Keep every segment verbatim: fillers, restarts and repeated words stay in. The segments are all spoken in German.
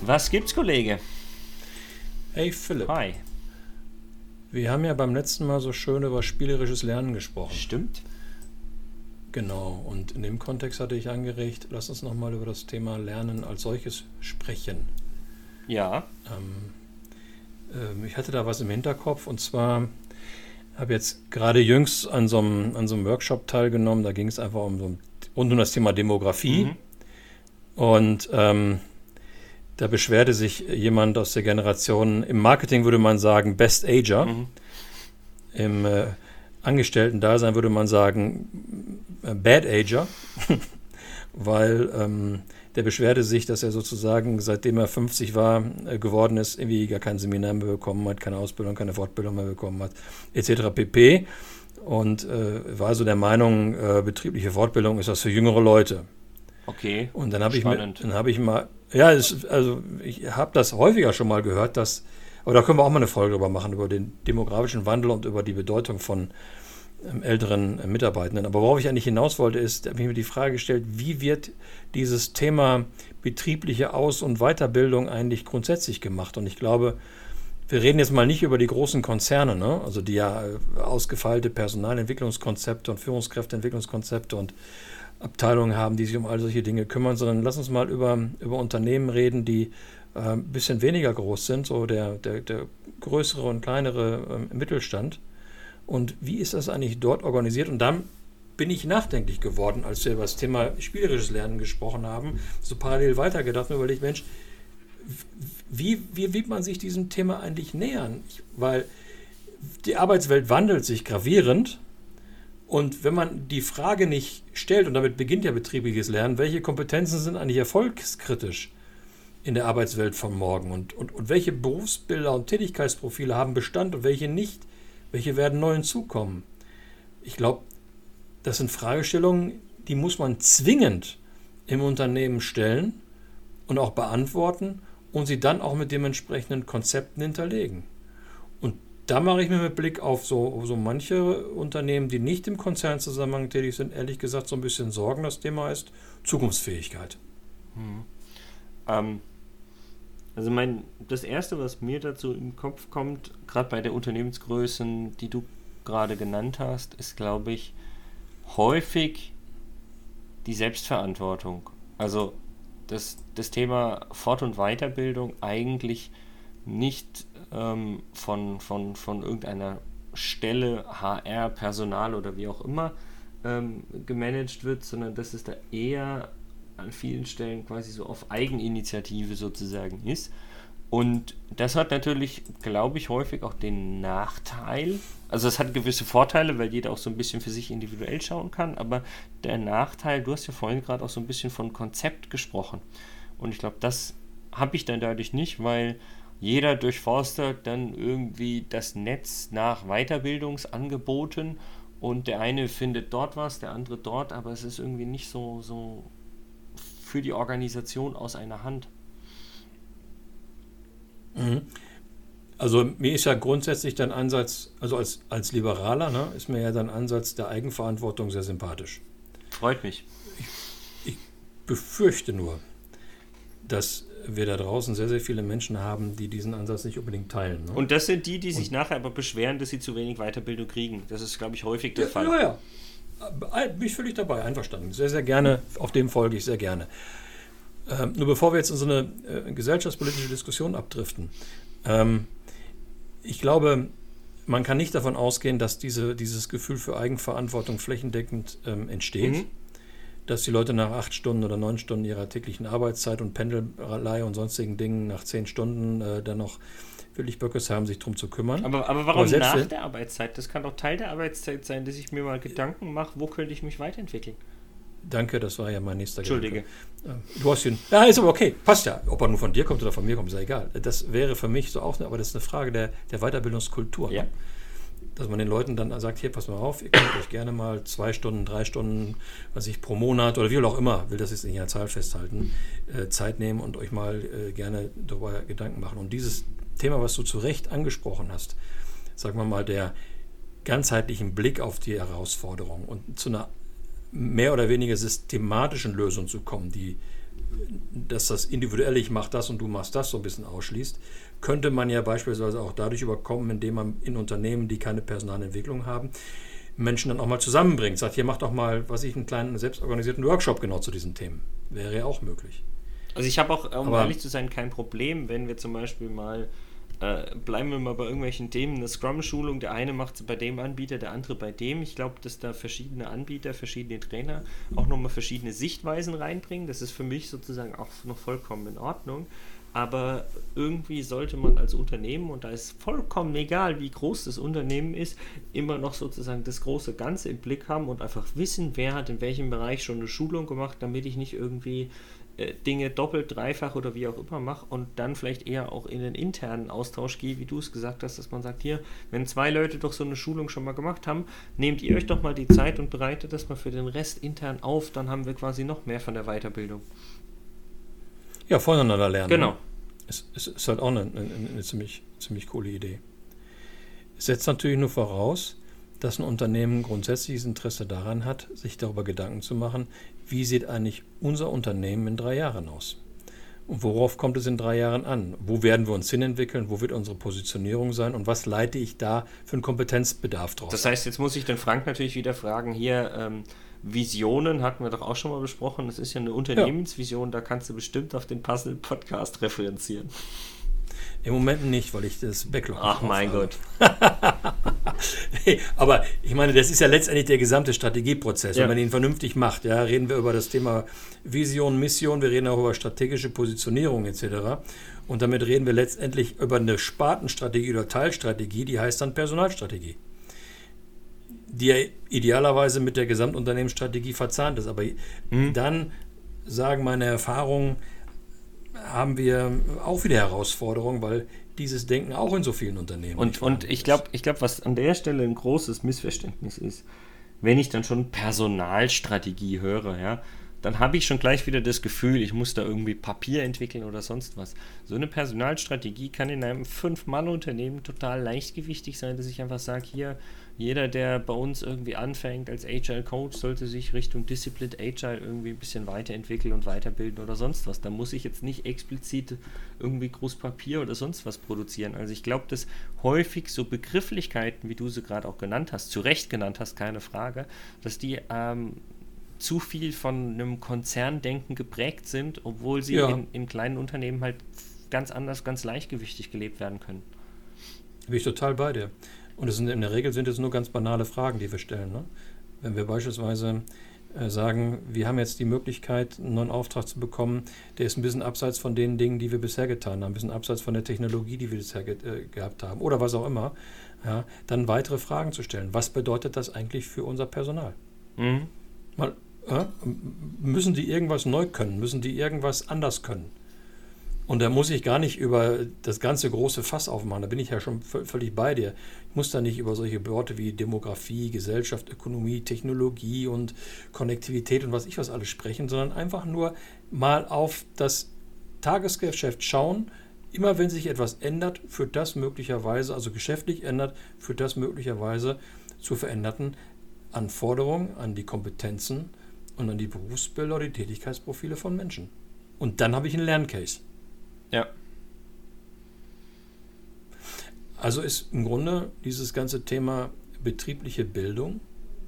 Was gibt's, Kollege? Hey Philipp. Hi. Wir haben ja beim letzten Mal so schön über spielerisches Lernen gesprochen. Stimmt. Genau, und in dem Kontext hatte ich angeregt, lass uns nochmal über das Thema Lernen als solches sprechen. Ja. Ähm, ähm, ich hatte da was im Hinterkopf, und zwar habe jetzt gerade jüngst an so einem, an so einem Workshop teilgenommen, da ging es einfach um, so ein, rund um das Thema Demografie. Mhm. Und ähm, da beschwerte sich jemand aus der Generation, im Marketing würde man sagen Best Ager, Mhm. im äh, Angestellten-Dasein würde man sagen äh, Bad Ager, weil ähm, der beschwerte sich, dass er sozusagen, seitdem er fünfzig war, äh, geworden ist, irgendwie gar kein Seminar mehr bekommen hat, keine Ausbildung, keine Fortbildung mehr bekommen hat, et cetera pp. Und äh, war so der Meinung, äh, betriebliche Fortbildung ist was für jüngere Leute. Okay. Und dann habe ich, Spannend. dann habe ich mal, ja, es, also ich habe das häufiger schon mal gehört, dass, aber da können wir auch mal eine Folge drüber machen, über den demografischen Wandel und über die Bedeutung von ähm, älteren äh, Mitarbeitenden. Aber worauf ich eigentlich hinaus wollte, ist, da habe ich mir die Frage gestellt, wie wird dieses Thema betriebliche Aus- und Weiterbildung eigentlich grundsätzlich gemacht? Und ich glaube, wir reden jetzt mal nicht über die großen Konzerne, ne? Also die ja äh, ausgefeilte Personalentwicklungskonzepte und Führungskräfteentwicklungskonzepte und Abteilungen haben, die sich um all solche Dinge kümmern, sondern lass uns mal über, über Unternehmen reden, die äh, ein bisschen weniger groß sind, so der, der, der größere und kleinere äh, Mittelstand. Und wie ist das eigentlich dort organisiert? Und dann bin ich nachdenklich geworden, als wir über das Thema spielerisches Lernen gesprochen haben, so parallel weitergedacht und überlegt, Mensch, wie, wie wird man sich diesem Thema eigentlich nähern? Ich, weil die Arbeitswelt wandelt sich gravierend. Und wenn man die Frage nicht stellt, und damit beginnt ja betriebliches Lernen, welche Kompetenzen sind eigentlich erfolgskritisch in der Arbeitswelt von morgen und, und, und welche Berufsbilder und Tätigkeitsprofile haben Bestand und welche nicht, welche werden neu hinzukommen? Ich glaube, das sind Fragestellungen, die muss man zwingend im Unternehmen stellen und auch beantworten und sie dann auch mit dementsprechenden Konzepten hinterlegen. Und da mache ich mir mit Blick auf so, so manche Unternehmen, die nicht im Konzernzusammenhang tätig sind, ehrlich gesagt so ein bisschen Sorgen. Das Thema ist Zukunftsfähigkeit. Hm. Ähm, also mein, das Erste, was mir dazu im Kopf kommt, gerade bei der Unternehmensgrößen, die du gerade genannt hast, ist, glaube ich, häufig die Selbstverantwortung. Also das, das Thema Fort- und Weiterbildung eigentlich nicht ähm, von, von, von irgendeiner Stelle, H R, Personal oder wie auch immer ähm, gemanagt wird, sondern dass es da eher an vielen Stellen quasi so auf Eigeninitiative sozusagen ist. Und das hat natürlich, glaube ich, häufig auch den Nachteil, also es hat gewisse Vorteile, weil jeder auch so ein bisschen für sich individuell schauen kann, aber der Nachteil, du hast ja vorhin gerade auch so ein bisschen von Konzept gesprochen. Und ich glaube, das habe ich dann dadurch nicht, weil jeder durchforstet dann irgendwie das Netz nach Weiterbildungsangeboten und der eine findet dort was, der andere dort, aber es ist irgendwie nicht so, so für die Organisation aus einer Hand. Mhm. Also mir ist ja grundsätzlich dein Ansatz, also als, als Liberaler, ne, ist mir ja dein Ansatz der Eigenverantwortung sehr sympathisch. Freut mich. Ich, ich befürchte nur, dass wir da draußen sehr, sehr viele Menschen haben, die diesen Ansatz nicht unbedingt teilen. Ne? Und das sind die, die sich Und nachher aber beschweren, dass sie zu wenig Weiterbildung kriegen. Das ist, glaube ich, häufig der ja, Fall. Ja, ja. Bin ich völlig dabei, einverstanden. Sehr, sehr gerne, auf dem folge ich sehr gerne. Ähm, nur bevor wir jetzt in so eine äh, gesellschaftspolitische Diskussion abdriften, ähm, ich glaube, man kann nicht davon ausgehen, dass diese, dieses Gefühl für Eigenverantwortung flächendeckend ähm, entsteht. Mhm. Dass die Leute nach acht Stunden oder neun Stunden ihrer täglichen Arbeitszeit und Pendelei und sonstigen Dingen nach zehn Stunden äh, dann noch wirklich Böckes haben, sich drum zu kümmern. Aber, aber warum aber nach der Arbeitszeit? Das kann doch Teil der Arbeitszeit sein, dass ich mir mal Gedanken mache, wo könnte ich mich weiterentwickeln? Danke, das war ja mein nächster Entschuldige. Gedanke. Du hast ihn. Ja, ist aber okay, passt ja. Ob er nur von dir kommt oder von mir kommt, ist ja egal. Das wäre für mich so auch, aber das ist eine Frage der, der Weiterbildungskultur. Ja. Ne? Dass man den Leuten dann sagt, hier, pass mal auf, ihr könnt euch gerne mal zwei Stunden, drei Stunden, was ich pro Monat oder wie auch immer, will das jetzt nicht in der Zahl festhalten, äh, Zeit nehmen und euch mal äh, gerne darüber Gedanken machen. Und dieses Thema, was du zu Recht angesprochen hast, sagen wir mal, der ganzheitlichen Blick auf die Herausforderung und zu einer mehr oder weniger systematischen Lösung zu kommen, die dass das individuelle Ich mache das und du machst das so ein bisschen ausschließt, könnte man ja beispielsweise auch dadurch überkommen, indem man in Unternehmen, die keine Personalentwicklung haben, Menschen dann auch mal zusammenbringt. Sagt, hier macht doch mal, was ich, einen kleinen selbstorganisierten Workshop genau zu diesen Themen. Wäre ja auch möglich. Also ich habe auch, um Aber, ehrlich zu sein, kein Problem, wenn wir zum Beispiel mal, äh, bleiben wir mal bei irgendwelchen Themen, eine Scrum-Schulung, der eine macht es bei dem Anbieter, der andere bei dem. Ich glaube, dass da verschiedene Anbieter, verschiedene Trainer auch nochmal verschiedene Sichtweisen reinbringen. Das ist für mich sozusagen auch noch vollkommen in Ordnung. Aber irgendwie sollte man als Unternehmen, und da ist vollkommen egal, wie groß das Unternehmen ist, immer noch sozusagen das große Ganze im Blick haben und einfach wissen, wer hat in welchem Bereich schon eine Schulung gemacht, damit ich nicht irgendwie äh, Dinge doppelt, dreifach oder wie auch immer mache und dann vielleicht eher auch in den internen Austausch gehe, wie du es gesagt hast, dass man sagt, hier, wenn zwei Leute doch so eine Schulung schon mal gemacht haben, nehmt ihr euch doch mal die Zeit und bereitet das mal für den Rest intern auf, dann haben wir quasi noch mehr von der Weiterbildung. Ja, voneinander lernen. Genau. Es, es ist halt auch eine, eine, eine ziemlich, ziemlich coole Idee. Es setzt natürlich nur voraus, dass ein Unternehmen grundsätzliches Interesse daran hat, sich darüber Gedanken zu machen, wie sieht eigentlich unser Unternehmen in drei Jahren aus? Und worauf kommt es in drei Jahren an? Wo werden wir uns hinentwickeln? Wo wird unsere Positionierung sein? Und was leite ich da für einen Kompetenzbedarf draus? Das heißt, jetzt muss ich den Frank natürlich wieder fragen, hier, ähm, Visionen hatten wir doch auch schon mal besprochen. Das ist ja eine Unternehmensvision, da kannst du bestimmt auf den passenden Podcast referenzieren. Im Moment nicht, weil ich das Backlog habe. Ach mein Gott. Nee, aber ich meine, das ist ja letztendlich der gesamte Strategieprozess. Ja. Wenn man ihn vernünftig macht, ja, reden wir über das Thema Vision, Mission, wir reden auch über strategische Positionierung et cetera. Und damit reden wir letztendlich über eine Spartenstrategie oder Teilstrategie, die heißt dann Personalstrategie, die ja idealerweise mit der Gesamtunternehmensstrategie verzahnt ist. Aber mhm. dann sagen meine Erfahrungen, haben wir auch wieder Herausforderungen, weil dieses Denken auch in so vielen Unternehmen Und, und ich glaube, ich glaub, was an der Stelle ein großes Missverständnis ist, wenn ich dann schon Personalstrategie höre, ja, dann habe ich schon gleich wieder das Gefühl, ich muss da irgendwie Papier entwickeln oder sonst was. So eine Personalstrategie kann in einem Fünf-Mann-Unternehmen total leichtgewichtig sein, dass ich einfach sage, hier, jeder, der bei uns irgendwie anfängt als Agile-Coach, sollte sich Richtung Disciplined Agile irgendwie ein bisschen weiterentwickeln und weiterbilden oder sonst was. Da muss ich jetzt nicht explizit irgendwie groß Papier oder sonst was produzieren. Also ich glaube, dass häufig so Begrifflichkeiten, wie du sie gerade auch genannt hast, zu Recht genannt hast, keine Frage, dass die ähm, zu viel von einem Konzerndenken geprägt sind, obwohl sie ja. in, in kleinen Unternehmen halt ganz anders, ganz leichtgewichtig gelebt werden können. Bin ich total bei dir. Und es sind, in der Regel sind es nur ganz banale Fragen, die wir stellen. Ne? Wenn wir beispielsweise äh, sagen, wir haben jetzt die Möglichkeit, einen neuen Auftrag zu bekommen, der ist ein bisschen abseits von den Dingen, die wir bisher getan haben, ein bisschen abseits von der Technologie, die wir bisher ge- äh, gehabt haben oder was auch immer, ja, dann weitere Fragen zu stellen. Was bedeutet das eigentlich für unser Personal? Mhm. Mal, äh, müssen die irgendwas neu können? Müssen die irgendwas anders können? Und da muss ich gar nicht über das ganze große Fass aufmachen, da bin ich ja schon v- völlig bei dir. Ich muss da nicht über solche Worte wie Demografie, Gesellschaft, Ökonomie, Technologie und Konnektivität und was ich was alles sprechen, sondern einfach nur mal auf das Tagesgeschäft schauen. Immer wenn sich etwas ändert, führt das möglicherweise, also geschäftlich ändert, führt das möglicherweise zu veränderten Anforderungen an die Kompetenzen und an die Berufsbilder oder die Tätigkeitsprofile von Menschen. Und dann habe ich einen Lerncase. Ja. Also ist im Grunde dieses ganze Thema betriebliche Bildung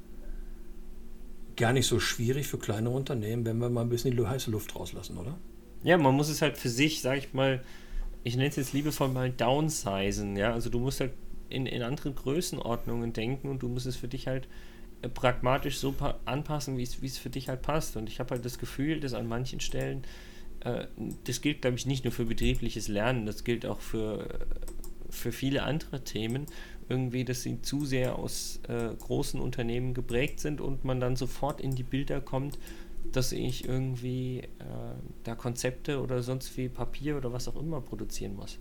gar nicht so schwierig für kleinere Unternehmen, wenn wir mal ein bisschen die heiße Luft rauslassen, oder? Ja, man muss es halt für sich, sag ich mal, ich nenne es jetzt liebevoll mal downsizen, ja, also du musst halt in, in anderen Größenordnungen denken und du musst es für dich halt äh, pragmatisch so pa- anpassen, wie es für dich halt passt. Und ich habe halt das Gefühl, dass an manchen Stellen äh, das gilt, glaube ich, nicht nur für betriebliches Lernen, das gilt auch für, für viele andere Themen, irgendwie, dass sie zu sehr aus äh, großen Unternehmen geprägt sind und man dann sofort in die Bilder kommt, dass ich irgendwie äh, da Konzepte oder sonst wie Papier oder was auch immer produzieren muss.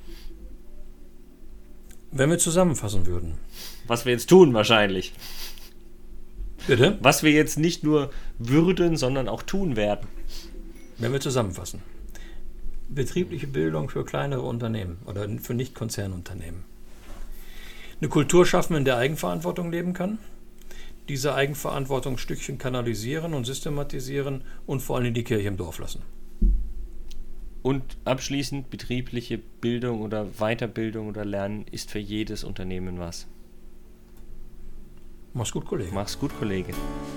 Wenn wir zusammenfassen würden. Was wir jetzt tun wahrscheinlich. Bitte? Was wir jetzt nicht nur würden, sondern auch tun werden. Wenn wir zusammenfassen. Betriebliche Bildung für kleinere Unternehmen oder für Nicht-Konzernunternehmen. Eine Kultur schaffen, in der Eigenverantwortung leben kann. Diese Eigenverantwortung Stückchen kanalisieren und systematisieren und vor allem die Kirche im Dorf lassen. Und abschließend, betriebliche Bildung oder Weiterbildung oder Lernen ist für jedes Unternehmen was. Mach's gut, Kollege. Mach's gut, Kollege.